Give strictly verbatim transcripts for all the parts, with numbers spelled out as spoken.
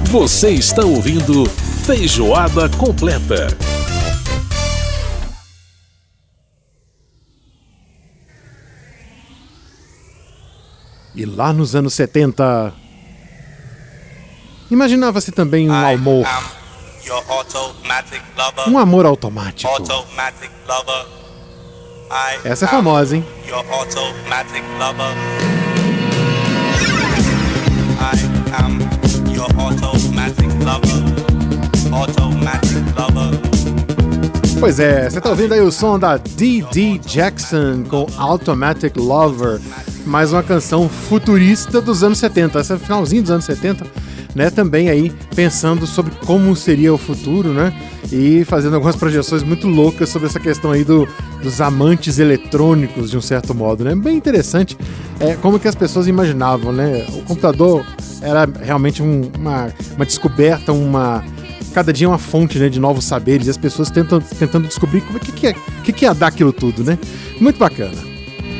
Você está ouvindo Feijoada Completa. E lá nos anos setenta, imaginava-se também um amor, um amor automático. Essa é famosa, hein? Pois é, você tá ouvindo aí o som da Dee Dee Jackson com Automatic Lover, mais uma canção futurista dos anos setenta, essa é o finalzinho dos anos setenta, né, também aí pensando sobre como seria o futuro, né, e fazendo algumas projeções muito loucas sobre essa questão aí do, dos amantes eletrônicos, de um certo modo, né, bem interessante, é, como que as pessoas imaginavam, né, o computador era realmente um, uma, uma descoberta, uma... cada dia é uma fonte, né, de novos saberes, e as pessoas tentam, tentando descobrir como é que, que, é, que, que ia dar aquilo tudo, né? Muito bacana.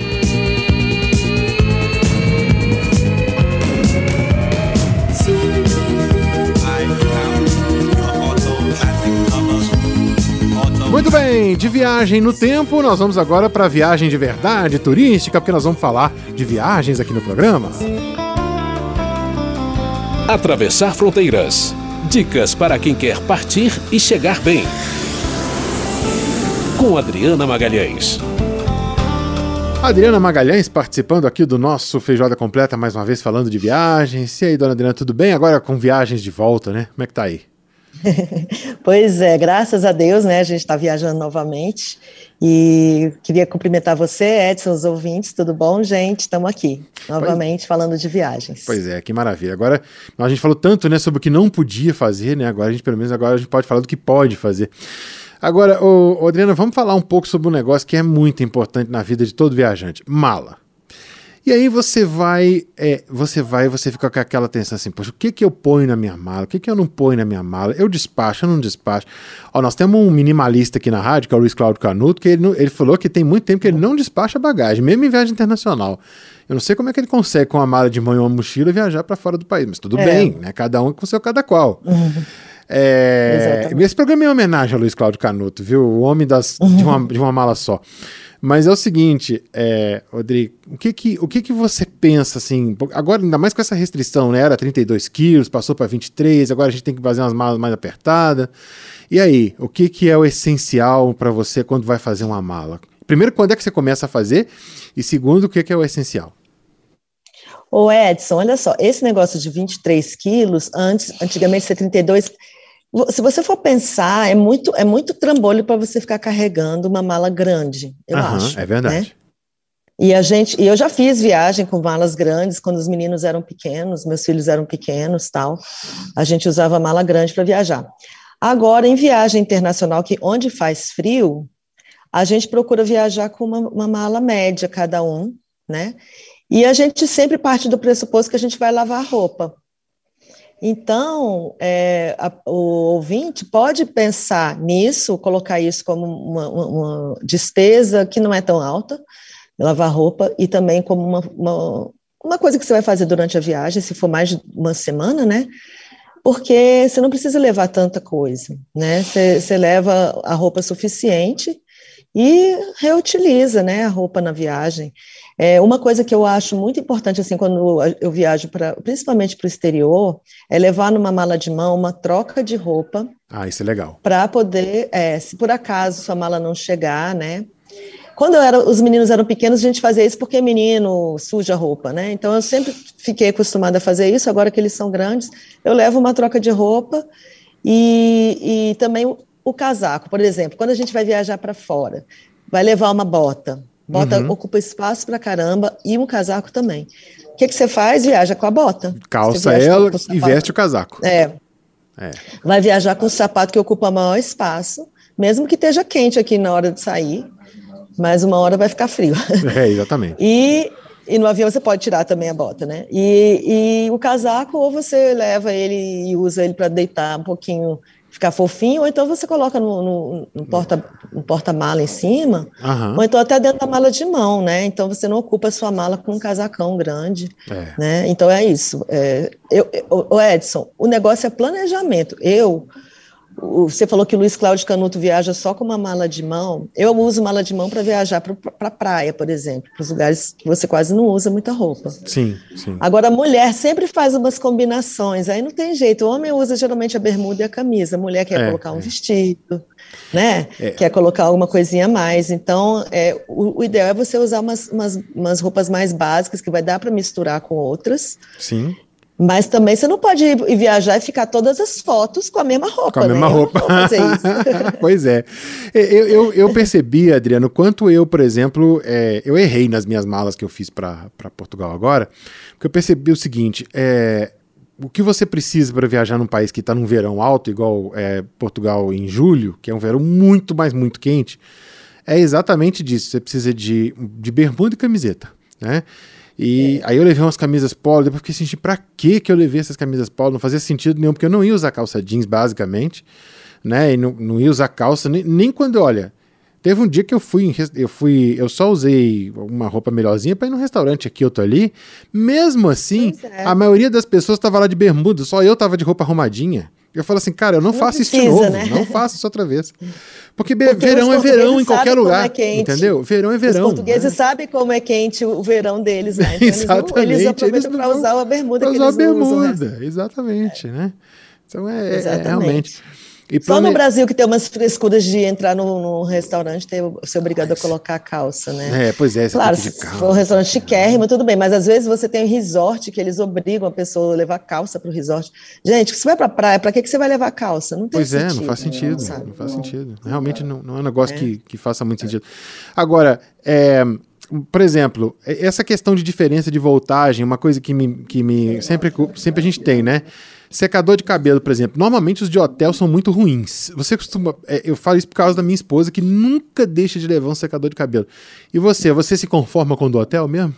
Muito bem, de viagem no tempo, nós vamos agora para viagem de verdade, turística, porque nós vamos falar de viagens aqui no programa. Atravessar fronteiras. Dicas para quem quer partir e chegar bem. Com Adriana Magalhães. Adriana Magalhães participando aqui do nosso Feijoada Completa, mais uma vez falando de viagens. E aí, dona Adriana, tudo bem? Agora com viagens de volta, né? Como é que tá aí? Pois é, graças a Deus, né? A gente está viajando novamente. E queria cumprimentar você, Edson, os ouvintes, tudo bom, gente? Estamos aqui, novamente, pois, falando de viagens. Pois é, que maravilha. Agora, a gente falou tanto, né, sobre o que não podia fazer, né? Agora a gente, pelo menos, agora a gente pode falar do que pode fazer. Agora, ô, ô, Adriana, vamos falar um pouco sobre um negócio que é muito importante na vida de todo viajante: mala. E aí você vai, é, você vai, você fica com aquela tensão assim, poxa, o que que eu ponho na minha mala? O que que eu não ponho na minha mala? Eu despacho, eu não despacho? Ó, nós temos um minimalista aqui na rádio, que é o Luiz Cláudio Canuto, que ele, não, ele falou que tem muito tempo que ele não despacha bagagem, mesmo em viagem internacional. Eu não sei como é que ele consegue, com uma mala de mão e uma mochila, viajar para fora do país, mas tudo é. bem, né? Cada um com o seu cada qual. Uhum. É, esse programa é uma homenagem ao Luiz Cláudio Canuto, viu? O homem das, uhum. de, uma, de uma mala só. Mas é o seguinte, é, Rodrigo, o que que, o que que você pensa, assim, agora ainda mais com essa restrição, né, era trinta e dois quilos, passou para vinte e três, agora a gente tem que fazer umas malas mais apertadas, e aí, o que que é o essencial para você quando vai fazer uma mala? Primeiro, quando é que você começa a fazer, e segundo, o que que é o essencial? Ô Edson, olha só, esse negócio de vinte e três quilos, antes, antigamente ser trinta e dois, se você for pensar, é muito, é muito trambolho para você ficar carregando uma mala grande, eu Aham, acho. É verdade. Né? E a gente, e eu já fiz viagem com malas grandes, quando os meninos eram pequenos, meus filhos eram pequenos, tal. A gente usava mala grande para viajar. Agora, em viagem internacional, que onde faz frio, a gente procura viajar com uma, uma mala média cada um, né? E a gente sempre parte do pressuposto que a gente vai lavar roupa. Então, é, a, o ouvinte pode pensar nisso, colocar isso como uma, uma, uma despesa que não é tão alta, lavar roupa, e também como uma, uma, uma coisa que você vai fazer durante a viagem, se for mais de uma semana, né? Porque você não precisa levar tanta coisa, né? Você, você leva a roupa suficiente e reutiliza, né, a roupa na viagem. É, uma coisa que eu acho muito importante, assim, quando eu viajo, pra, principalmente para o exterior, é levar numa mala de mão uma troca de roupa. Ah, isso é legal. Para poder, é, se por acaso sua mala não chegar, né? Quando eu era, os meninos eram pequenos, a gente fazia isso porque menino suja a roupa, né? Então eu sempre fiquei acostumada a fazer isso, agora que eles são grandes, eu levo uma troca de roupa e, e também o, o casaco, por exemplo, quando a gente vai viajar para fora, vai levar uma bota. Bota uhum. ocupa espaço pra caramba, e um casaco também. O que, que você faz? Viaja com a bota. Calça ela e veste o casaco. É. é. Vai viajar com o sapato que ocupa maior espaço, mesmo que esteja quente aqui na hora de sair, mas uma hora vai ficar frio. É, exatamente. E, e no avião você pode tirar também a bota, né? E, e o casaco, ou você leva ele e usa ele para deitar um pouquinho ficar fofinho, ou então você coloca no, no, no, porta, no porta-mala em cima, Uhum. ou então até dentro da mala de mão, né? Então você não ocupa a sua mala com um casacão grande, É. né? Então é isso. É, eu, o Edson, o negócio é planejamento. Eu... Você falou que o Luiz Cláudio Canuto viaja só com uma mala de mão. Eu uso mala de mão para viajar para a praia, por exemplo, para os lugares que você quase não usa muita roupa. Sim, sim. Agora, a mulher sempre faz umas combinações, aí não tem jeito. O homem usa geralmente a bermuda e a camisa, a mulher quer É, colocar um é. vestido, né? É. Quer colocar alguma coisinha a mais. Então, é, o, o ideal é você usar umas, umas, umas roupas mais básicas, que vai dar para misturar com outras. Sim. Mas também você não pode ir viajar e ficar todas as fotos com a mesma roupa, Com a né? mesma Eu roupa. não vou fazer isso. Pois é. Eu, eu, eu percebi, Adriano, quanto eu, por exemplo, é, eu errei nas minhas malas que eu fiz para Portugal agora, porque eu percebi o seguinte, é, o que você precisa para viajar num país que está num verão alto, igual é, Portugal em julho, que é um verão muito, mas muito quente, é exatamente disso. Você precisa de, de bermuda e camiseta, né? E é. aí eu levei umas camisas polo, depois fiquei sentindo, pra que que eu levei essas camisas polo? Não fazia sentido nenhum, porque eu não ia usar calça jeans, basicamente, né, e não, não ia usar calça, nem, nem quando, olha, teve um dia que eu fui, eu fui, eu só usei uma roupa melhorzinha pra ir num restaurante aqui, outro ali, mesmo assim, é. a maioria das pessoas tava lá de bermuda, só eu tava de roupa arrumadinha. Eu falo assim, cara, eu não, não faço precisa, isso de novo, né? Não faço isso outra vez. Porque, Porque verão é verão em qualquer lugar, é entendeu? Verão é verão. Os portugueses né? sabem como é quente o verão deles, né? Então exatamente. Eles, eles aproveitam para usar a bermuda que usar eles a bermuda, usam. Exatamente, é. né? Então é, é realmente... E Só plane... no Brasil que tem umas frescuras de entrar no, no restaurante ter, ser obrigado mas... a colocar a calça, né? É, pois é. Você claro, tem que ir de se for um restaurante chiquérrimo, tudo bem, mas às vezes você tem um resort que eles obrigam a pessoa a levar calça para o resort. Gente, você vai para a praia, para que, que você vai levar calça? Não tem pois sentido. Pois é, não faz sentido, não, não faz sentido. Realmente não, não é um negócio é. Que, que faça muito sentido. Agora, é... por exemplo, essa questão de diferença de voltagem, uma coisa que me, que me sempre, sempre a gente tem, né? Secador de cabelo, por exemplo. Normalmente os de hotel são muito ruins. Você costuma... Eu falo isso por causa da minha esposa, que nunca deixa de levar um secador de cabelo. E você? Você se conforma com o do hotel mesmo?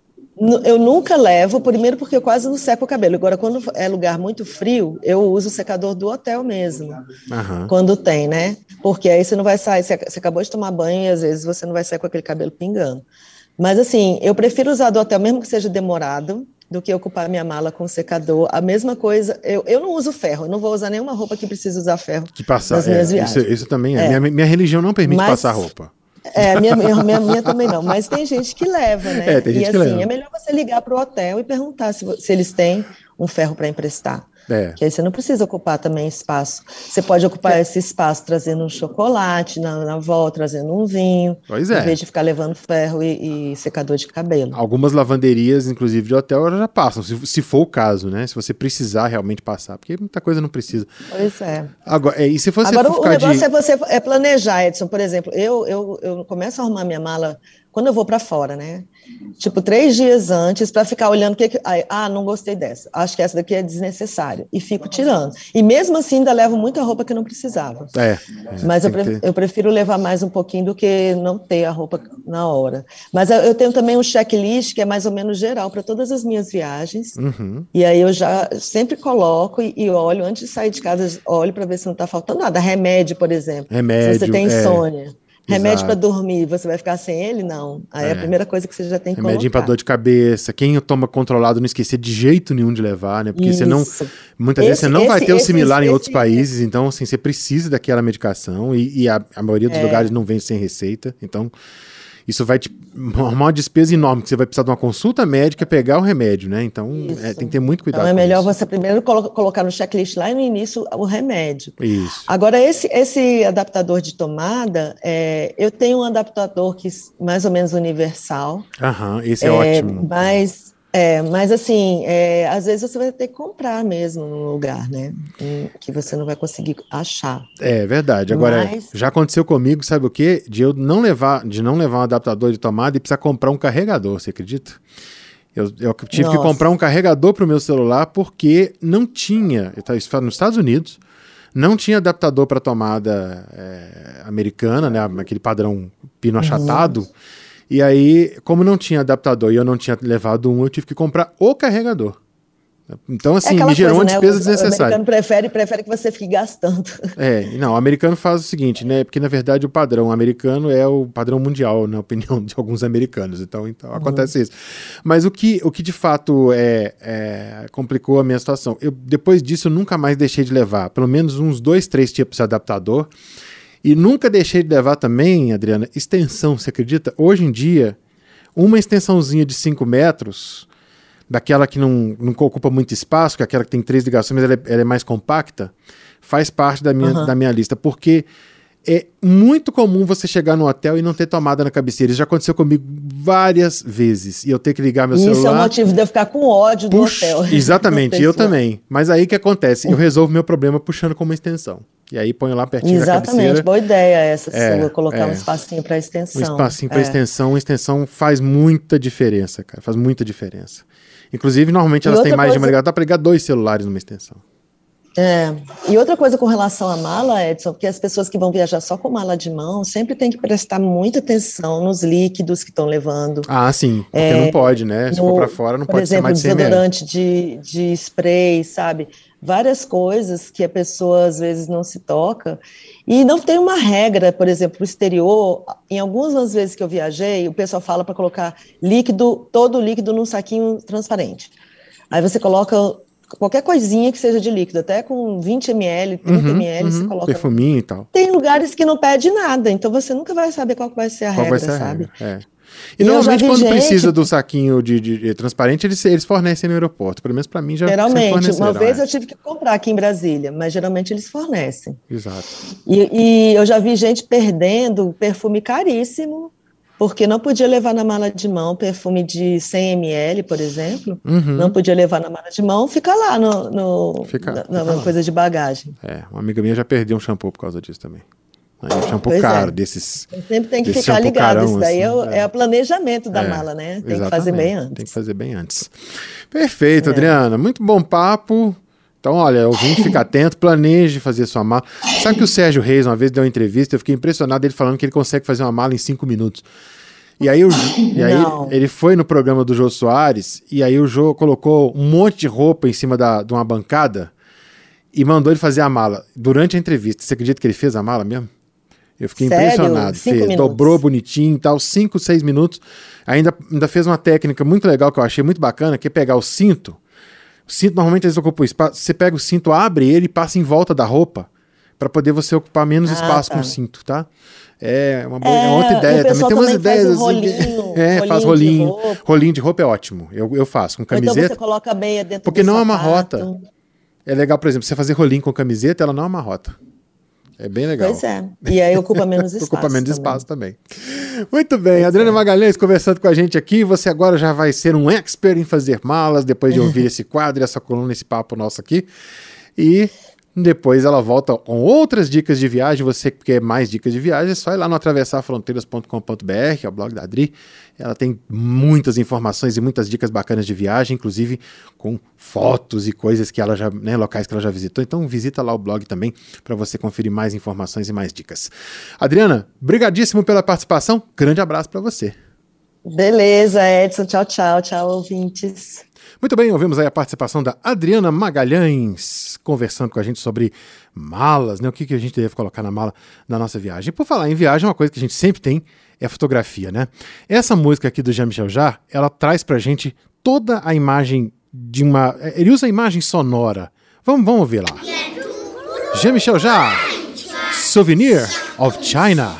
Eu nunca levo, primeiro porque eu quase não seco o cabelo. Agora, quando é lugar muito frio, eu uso o secador do hotel mesmo. Aham. Quando tem, né? Porque aí você não vai sair... Você acabou de tomar banho e às vezes você não vai sair com aquele cabelo pingando. Mas assim, eu prefiro usar do hotel, mesmo que seja demorado, do que ocupar minha mala com secador. A mesma coisa, eu, eu não uso ferro, eu não vou usar nenhuma roupa que precise usar ferro que passar, nas minhas é, viagens. Isso, isso também é. é. Minha, minha religião não permite Mas, passar roupa. É, minha, minha, minha, minha também não, mas tem gente que leva, né? É, tem gente e que assim, leva. é melhor você ligar para o hotel e perguntar se, se eles têm um ferro para emprestar. É. Que aí você não precisa ocupar também espaço. Você pode ocupar é. esse espaço trazendo um chocolate na, na volta, trazendo um vinho, pois é. em vez de ficar levando ferro e, e secador de cabelo. Algumas lavanderias, inclusive de hotel, já passam, se, se for o caso, né? Se você precisar realmente passar, porque muita coisa não precisa. Pois é. Agora, é, e se você Agora, for o ficar negócio de... é você é planejar, Edson. Por exemplo, eu, eu, eu começo a arrumar minha mala quando eu vou para fora, né? Tipo, três dias antes, para ficar olhando o que, que... Ah, não gostei dessa. Acho que essa daqui é desnecessária. E fico tirando. E mesmo assim, ainda levo muita roupa que não precisava. É. é Mas eu, pre... eu prefiro levar mais um pouquinho do que não ter a roupa na hora. Mas eu tenho também um checklist que é mais ou menos geral para todas as minhas viagens. Uhum. E aí eu já sempre coloco e, e olho, antes de sair de casa, olho para ver se não está faltando nada. Remédio, por exemplo. Remédio, se você tem insônia. É. Remédio para dormir, você vai ficar sem ele? Não. Aí é, é a primeira coisa que você já tem que Remedinho colocar. para dor de cabeça. Quem toma controlado não esquecer de jeito nenhum de levar, né? Porque Isso. você não... Muitas esse, vezes você não esse, vai ter o esse, similar esse, em outros esse, países, então assim, você precisa daquela medicação e, e a, a maioria dos é. lugares não vem sem receita, então isso vai te arrumar uma despesa enorme, que você vai precisar de uma consulta médica, pegar o remédio, né? Então é, tem que ter muito cuidado. Então é melhor isso. você primeiro colo- colocar no checklist lá no início o remédio. Isso. Agora, esse, esse adaptador de tomada, é, eu tenho um adaptador que mais ou menos universal. Aham, esse é, é ótimo. Mas, é, mas assim, é, às vezes você vai ter que comprar mesmo no lugar, né? Que você não vai conseguir achar. É verdade. Agora, mas... já aconteceu comigo, sabe o quê? De eu não levar, de não levar um adaptador de tomada e precisar comprar um carregador, você acredita? Eu, eu tive Nossa. que comprar um carregador para o meu celular porque não tinha, isso nos Estados Unidos, não tinha adaptador para tomada é, americana, né? Aquele padrão pino achatado. Uhum. E aí, como não tinha adaptador e eu não tinha levado um, eu tive que comprar o carregador. Então, assim, é me gerou coisa, uma despesa né? desnecessária. O americano prefere, prefere que você fique gastando. É, não, o americano faz o seguinte, né? Porque, na verdade, o padrão americano é o padrão mundial, na opinião de alguns americanos. Então, então uhum. acontece isso. Mas o que, o que de fato é, é, complicou a minha situação? Eu, depois disso, eu nunca mais deixei de levar pelo menos uns dois, três tipos de adaptador. E nunca deixei de levar também, Adriana, extensão, você acredita? Hoje em dia, uma extensãozinha de cinco metros... daquela que não, não ocupa muito espaço, que é aquela que tem três ligações, mas ela é, ela é mais compacta, faz parte da minha, uhum. da minha lista, porque é muito comum você chegar no hotel e não ter tomada na cabeceira. Isso já aconteceu comigo várias vezes, e eu ter que ligar meu Isso celular... Isso é o motivo de eu ficar com ódio do Puxa, hotel. Exatamente, eu também. Mas aí o que acontece? Eu resolvo meu problema puxando com uma extensão. E aí ponho lá pertinho da cabeceira. Exatamente, boa ideia essa é, sua, colocar é. um espacinho para extensão. Um espacinho para é. extensão, uma extensão faz muita diferença, cara, faz muita diferença. Inclusive, normalmente elas têm mais coisa... de uma ligação, dá para ligar dois celulares numa extensão. É, e outra coisa com relação à mala, Edson, porque as pessoas que vão viajar só com mala de mão sempre tem que prestar muita atenção nos líquidos que estão levando. Ah, sim, porque é, não pode, né? Se no, for para fora, não pode exemplo, ser mais de cem mililitros. Por exemplo, desodorante de, de spray, sabe? Várias coisas que a pessoa às vezes não se toca. E não tem uma regra, por exemplo, o exterior, em algumas vezes que eu viajei, o pessoal fala para colocar líquido, todo o líquido num saquinho transparente. Aí você coloca qualquer coisinha que seja de líquido, até com vinte mililitros, trinta uhum, mililitros, uhum, você coloca. Perfuminho e tal. Tem lugares que não pede nada, então você nunca vai saber qual vai ser a qual regra, vai ser a sabe? Regra, é. E, e normalmente quando gente... precisa do saquinho de, de, de transparente, eles, eles fornecem no aeroporto. Pelo menos para mim já geralmente, uma vez é. eu tive que comprar aqui em Brasília, mas geralmente eles fornecem. Exato. E, e eu já vi gente perdendo perfume caríssimo, porque não podia levar na mala de mão perfume de cem mililitros, por exemplo, uhum. não podia levar na mala de mão, fica lá no, no, fica, na, fica na lá. coisa de bagagem. É, uma amiga minha já perdeu um shampoo por causa disso também. Aí, um shampoo pois caro, é. desses. Sempre tem que desse ficar ligado. carão, Isso daí assim, é, é o planejamento da é, mala, né? Tem exatamente. que fazer bem antes. Tem que fazer bem antes. Perfeito, é. Adriana. Muito bom papo. Então, olha, ouvinte, fica atento, planeje fazer sua mala. Sabe que o Sérgio Reis, uma vez, deu uma entrevista, eu fiquei impressionado ele falando que ele consegue fazer uma mala em cinco minutos. E aí, o, e aí ele, ele foi no programa do Jô Soares, e aí o Jô colocou um monte de roupa em cima da, de uma bancada e mandou ele fazer a mala. Durante a entrevista, você acredita que ele fez a mala mesmo? Eu fiquei Sério? impressionado. Cinco fez, minutos. Dobrou bonitinho e tal, cinco, seis minutos. Ainda, ainda fez uma técnica muito legal que eu achei muito bacana, que é pegar o cinto. O cinto, normalmente eles ocupam espaço. Você pega o cinto, abre ele e passa em volta da roupa para poder você ocupar menos ah, espaço tá. com o cinto, tá? É uma, boa, é, é uma outra ideia. Também tem umas também ideias faz um assim. Rolinho, é, rolinho faz rolinho. De roupa. Rolinho de roupa é ótimo. Eu, eu faço com camiseta. Ou então você coloca a meia dentro porque do não sapato. amarrota. É legal, por exemplo, você fazer rolinho com camiseta, ela não amarrota. É bem legal. Pois é. E aí ocupa menos espaço. Ocupa menos também. espaço também. Muito bem. Pois Adriana é. Magalhães conversando com a gente aqui. Você agora já vai ser um expert em fazer malas depois de ouvir esse quadro, essa coluna, esse papo nosso aqui. E depois ela volta com outras dicas de viagem. Você que quer mais dicas de viagem, é só ir lá no atravessar fronteiras ponto com ponto b r, que é o blog da Adri. Ela tem muitas informações e muitas dicas bacanas de viagem, inclusive com fotos e coisas que ela já, né, locais que ela já visitou. Então visita lá o blog também para você conferir mais informações e mais dicas. Adriana, brigadíssimo pela participação. Grande abraço para você. Beleza, Edson. Tchau, tchau. Tchau, ouvintes. Muito bem, ouvimos aí a participação da Adriana Magalhães, conversando com a gente sobre malas, né? O que, que a gente deve colocar na mala na nossa viagem. E por falar em viagem, uma coisa que a gente sempre tem é a fotografia, né? Essa música aqui do Jean-Michel Jarre, ela traz pra gente toda a imagem de uma... Ele usa a imagem sonora. Vamos, vamos ver lá. Jean-Michel Jarre, Souvenir of China.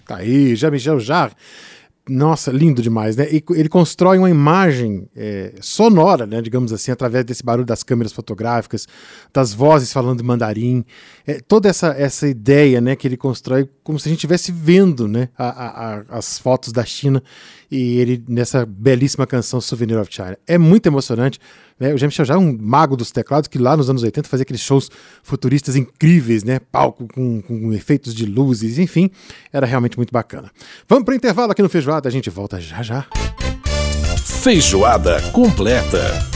Tá aí, Jean-Michel Jarre. Nossa, lindo demais, né? E ele constrói uma imagem é, sonora, né, digamos assim, através desse barulho das câmeras fotográficas, das vozes falando em mandarim, é, toda essa, essa ideia, né, que ele constrói como se a gente estivesse vendo, né, a, a, a, as fotos da China e ele nessa belíssima canção Souvenir of China. É muito emocionante, né? O Jean-Michel Jarre é um mago dos teclados que lá nos anos oitenta fazia aqueles shows futuristas incríveis, né? Palco com, com efeitos de luzes, enfim, era realmente muito bacana. Vamos para o intervalo aqui no Feijoada, a gente volta já já. Feijoada completa.